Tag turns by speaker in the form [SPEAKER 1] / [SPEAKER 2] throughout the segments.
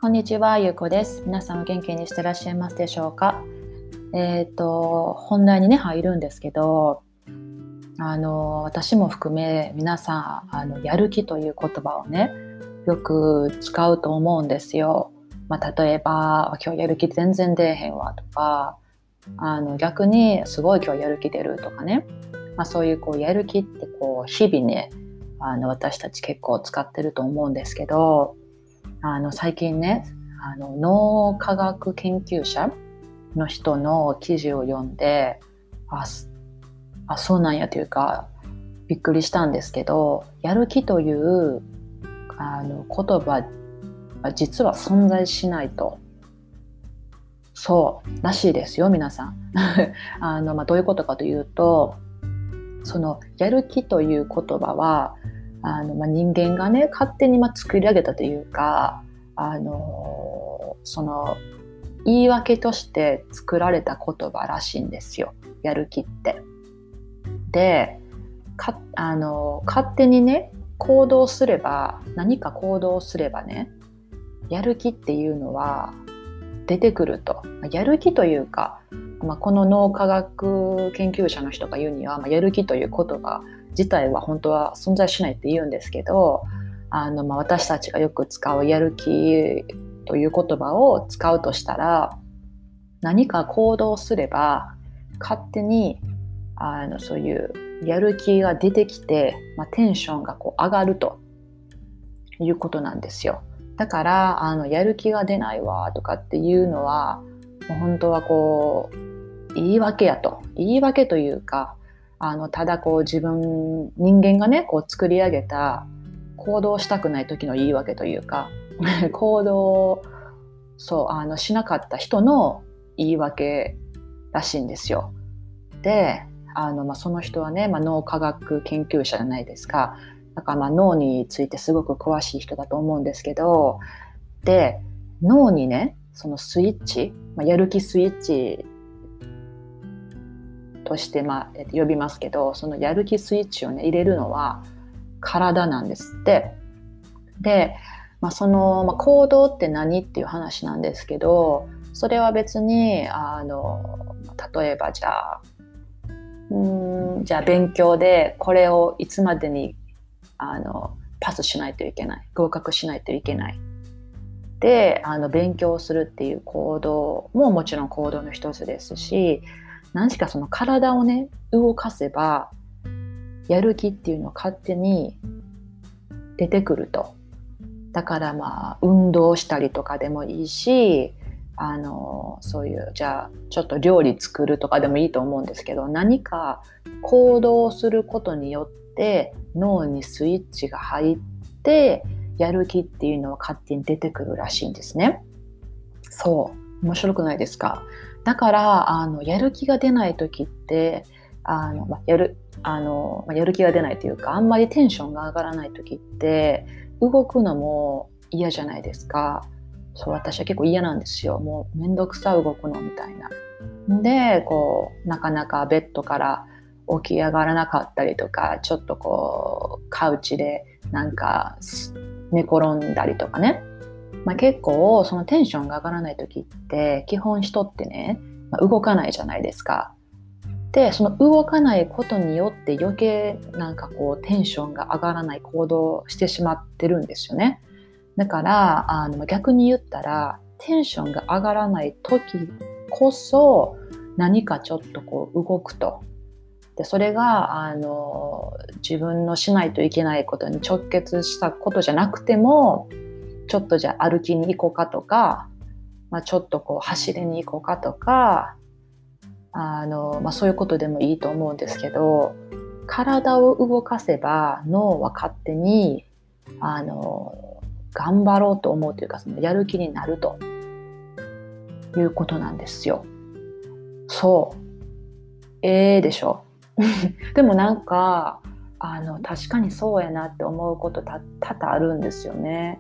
[SPEAKER 1] こんにちは、ゆうこです。皆さんお元気にしてらっしゃいますでしょうか。本題にね、入るんですけど、私も含め皆さん、やる気という言葉をね、よく使うと思うんですよ。例えば、今日やる気全然出えへんわとか、逆にすごい今日やる気出るとかね。そういうやる気って日々ね、私たち結構使ってると思うんですけど、最近ね、脳科学研究者の人の記事を読んで、そうなんやというかびっくりしたんですけど、やる気という言葉は実は存在しないと。そうらしいですよ、皆さん。どういうことかというと、そのやる気という言葉は人間がね勝手に作り上げたというか、その言い訳として作られた言葉らしいんですよ、やる気って。で、勝手にね何か行動すればね、やる気っていうのは出てくると。やる気というか、この脳科学研究者の人が言うには、やる気という言葉自体は本当は存在しないって言うんですけど、私たちがよく使うやる気という言葉を使うとしたら、何か行動すれば勝手にそういうやる気が出てきて、テンションが上がるということなんですよ。だからやる気が出ないわとかっていうのは、もう本当は言い訳というか、ただ人間がね作り上げた行動したくない時の言い訳というか行動しなかった人の言い訳らしいんですよ。で、その人はね、脳科学研究者じゃないですか。だから脳についてすごく詳しい人だと思うんですけど、で、脳にねそのスイッチ、やる気スイッチとして呼びますけど、そのやる気スイッチをね入れるのは体なんですって。で、行動って何っていう話なんですけど、それは別に例えばじゃあ勉強でこれをいつまでにパスしないといけない、合格しないといけないで、勉強するっていう行動ももちろん行動の一つですし、何しかその体をね動かせばやる気っていうのは勝手に出てくると。だから運動したりとかでもいいし、そういうじゃあちょっと料理作るとかでもいいと思うんですけど、何か行動することによって脳にスイッチが入ってやる気っていうのは勝手に出てくるらしいんですね。そう面白くないですか。だからやる気が出ない時ってやる気が出ないというか、あんまりテンションが上がらない時って動くのも嫌じゃないですか。私は結構嫌なんですよ。もうめんどくさ動くのみたいな。でなかなかベッドから起き上がらなかったりとか、ちょっとカウチでなんか寝転んだりとかね。結構そのテンションが上がらない時って基本人ってね、動かないじゃないですか。で、その動かないことによって余計テンションが上がらない行動をしてしまってるんですよね。だから逆に言ったら、テンションが上がらない時こそ何かちょっと動くと。でそれが自分のしないといけないことに直結したことじゃなくても、ちょっとじゃあ歩きに行こうかとか、ちょっと走りに行こうかとか、そういうことでもいいと思うんですけど、体を動かせば脳は勝手に頑張ろうと思うというか、そのやる気になるということなんですよ。でしょでも確かにそうやなって思うこと多々あるんですよね。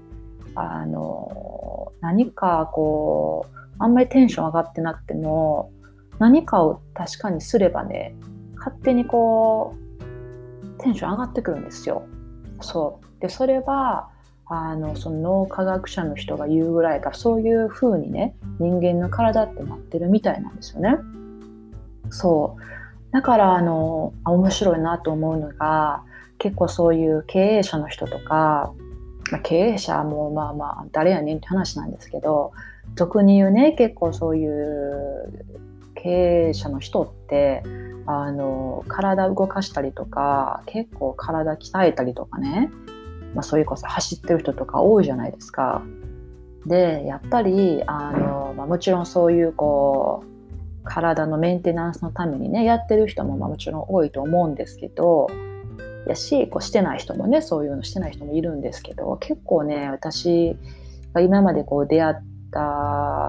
[SPEAKER 1] 何かあんまりテンション上がってなくても、何かを確かにすればね、勝手にテンション上がってくるんですよ。でそれはその脳科学者の人が言うぐらいか、そういう風にね、人間の体ってなってるみたいなんですよね。そうだから面白いなと思うのが、結構そういう経営者の人とか、経営者もまあまあ誰やねんって話なんですけど、俗に言うね、結構そういう経営者の人って体動かしたりとか、結構体鍛えたりとかね、それこそ走ってる人とか多いじゃないですか。でやっぱりもちろんそういう体のメンテナンスのためにねやってる人ももちろん多いと思うんですけど、やししてない人もね、そういうのしてない人もいるんですけど、結構ね、私が今まで出会った、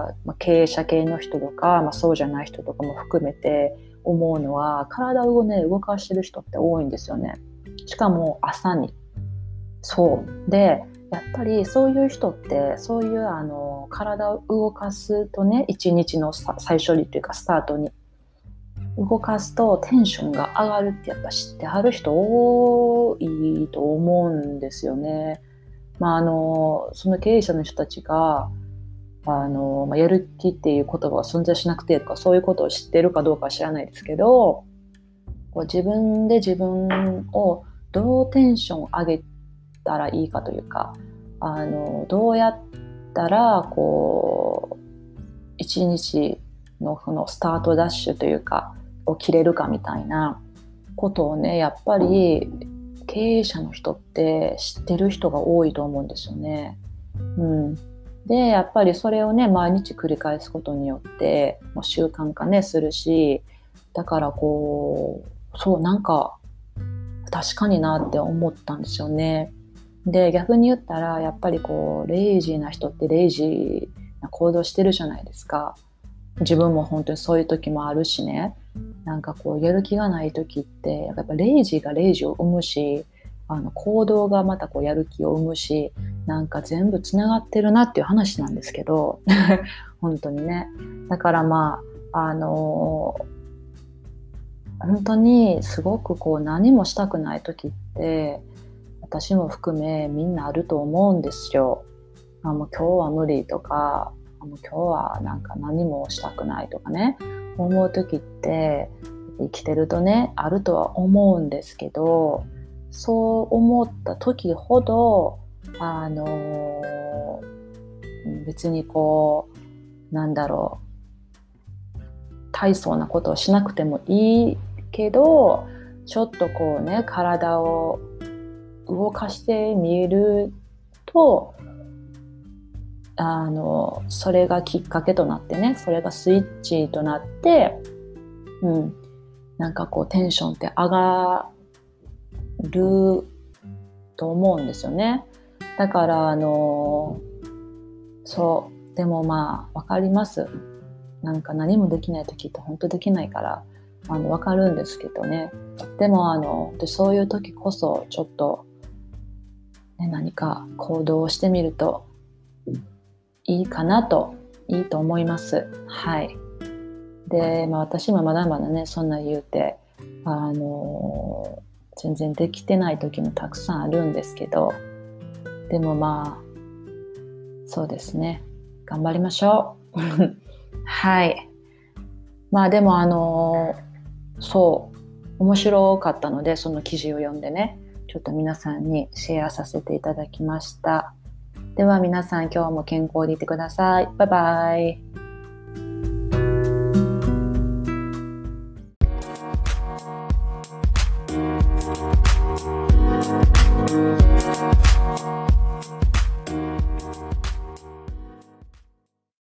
[SPEAKER 1] 経営者系の人とか、そうじゃない人とかも含めて思うのは、体をね動かしてる人って多いんですよね。しかも朝に。そうでやっぱりそういう人ってそういう体を動かすとね、一日の最初にというかスタートに動かすとテンションが上がるってやっぱ知ってはる人多いと思うんですよね。その経営者の人たちがやる気っていう言葉が存在しなくてとか、そういうことを知ってるかどうかは知らないですけど、自分で自分をどうテンションを上げたらいいかというか、どうやったら一日のそのスタートダッシュというかを切れるかみたいなことをね、やっぱり経営者の人って知ってる人が多いと思うんですよね。でやっぱりそれをね毎日繰り返すことによってもう習慣化ねするし、だからそうなんか確かになって思ったんですよね。で逆に言ったらやっぱりレイジーな人ってレイジーな行動してるじゃないですか。自分も本当にそういう時もあるしね、なんかやる気がない時ってやっぱレイジーがレイジーを生むし、行動がまたやる気を生むし、なんか全部つながってるなっていう話なんですけど本当にね。だから本当にすごく何もしたくない時って私も含めみんなあると思うんですよ。もう今日は無理とか、もう今日はなんか何もしたくないとかね、思う時って生きてるとねあるとは思うんですけど、そう思った時ほど別になんだろう、大層なことをしなくてもいいけど、ちょっと体を動かしてみるとそれがきっかけとなってね、それがスイッチとなって、なんかテンションって上がると思うんですよね。だからそうでも分かります。なんか何もできない時って本当できないから分かるんですけどね。でもそういう時こそちょっと、ね、何か行動をしてみるといいと思います。はい。で、私もまだまだねそんな言うて全然できてない時もたくさんあるんですけど、でもそうですね、頑張りましょうはい。でもそう面白かったので、その記事を読んでねちょっと皆さんにシェアさせていただきました。では皆さん今日も健康でいてください。バイバイ。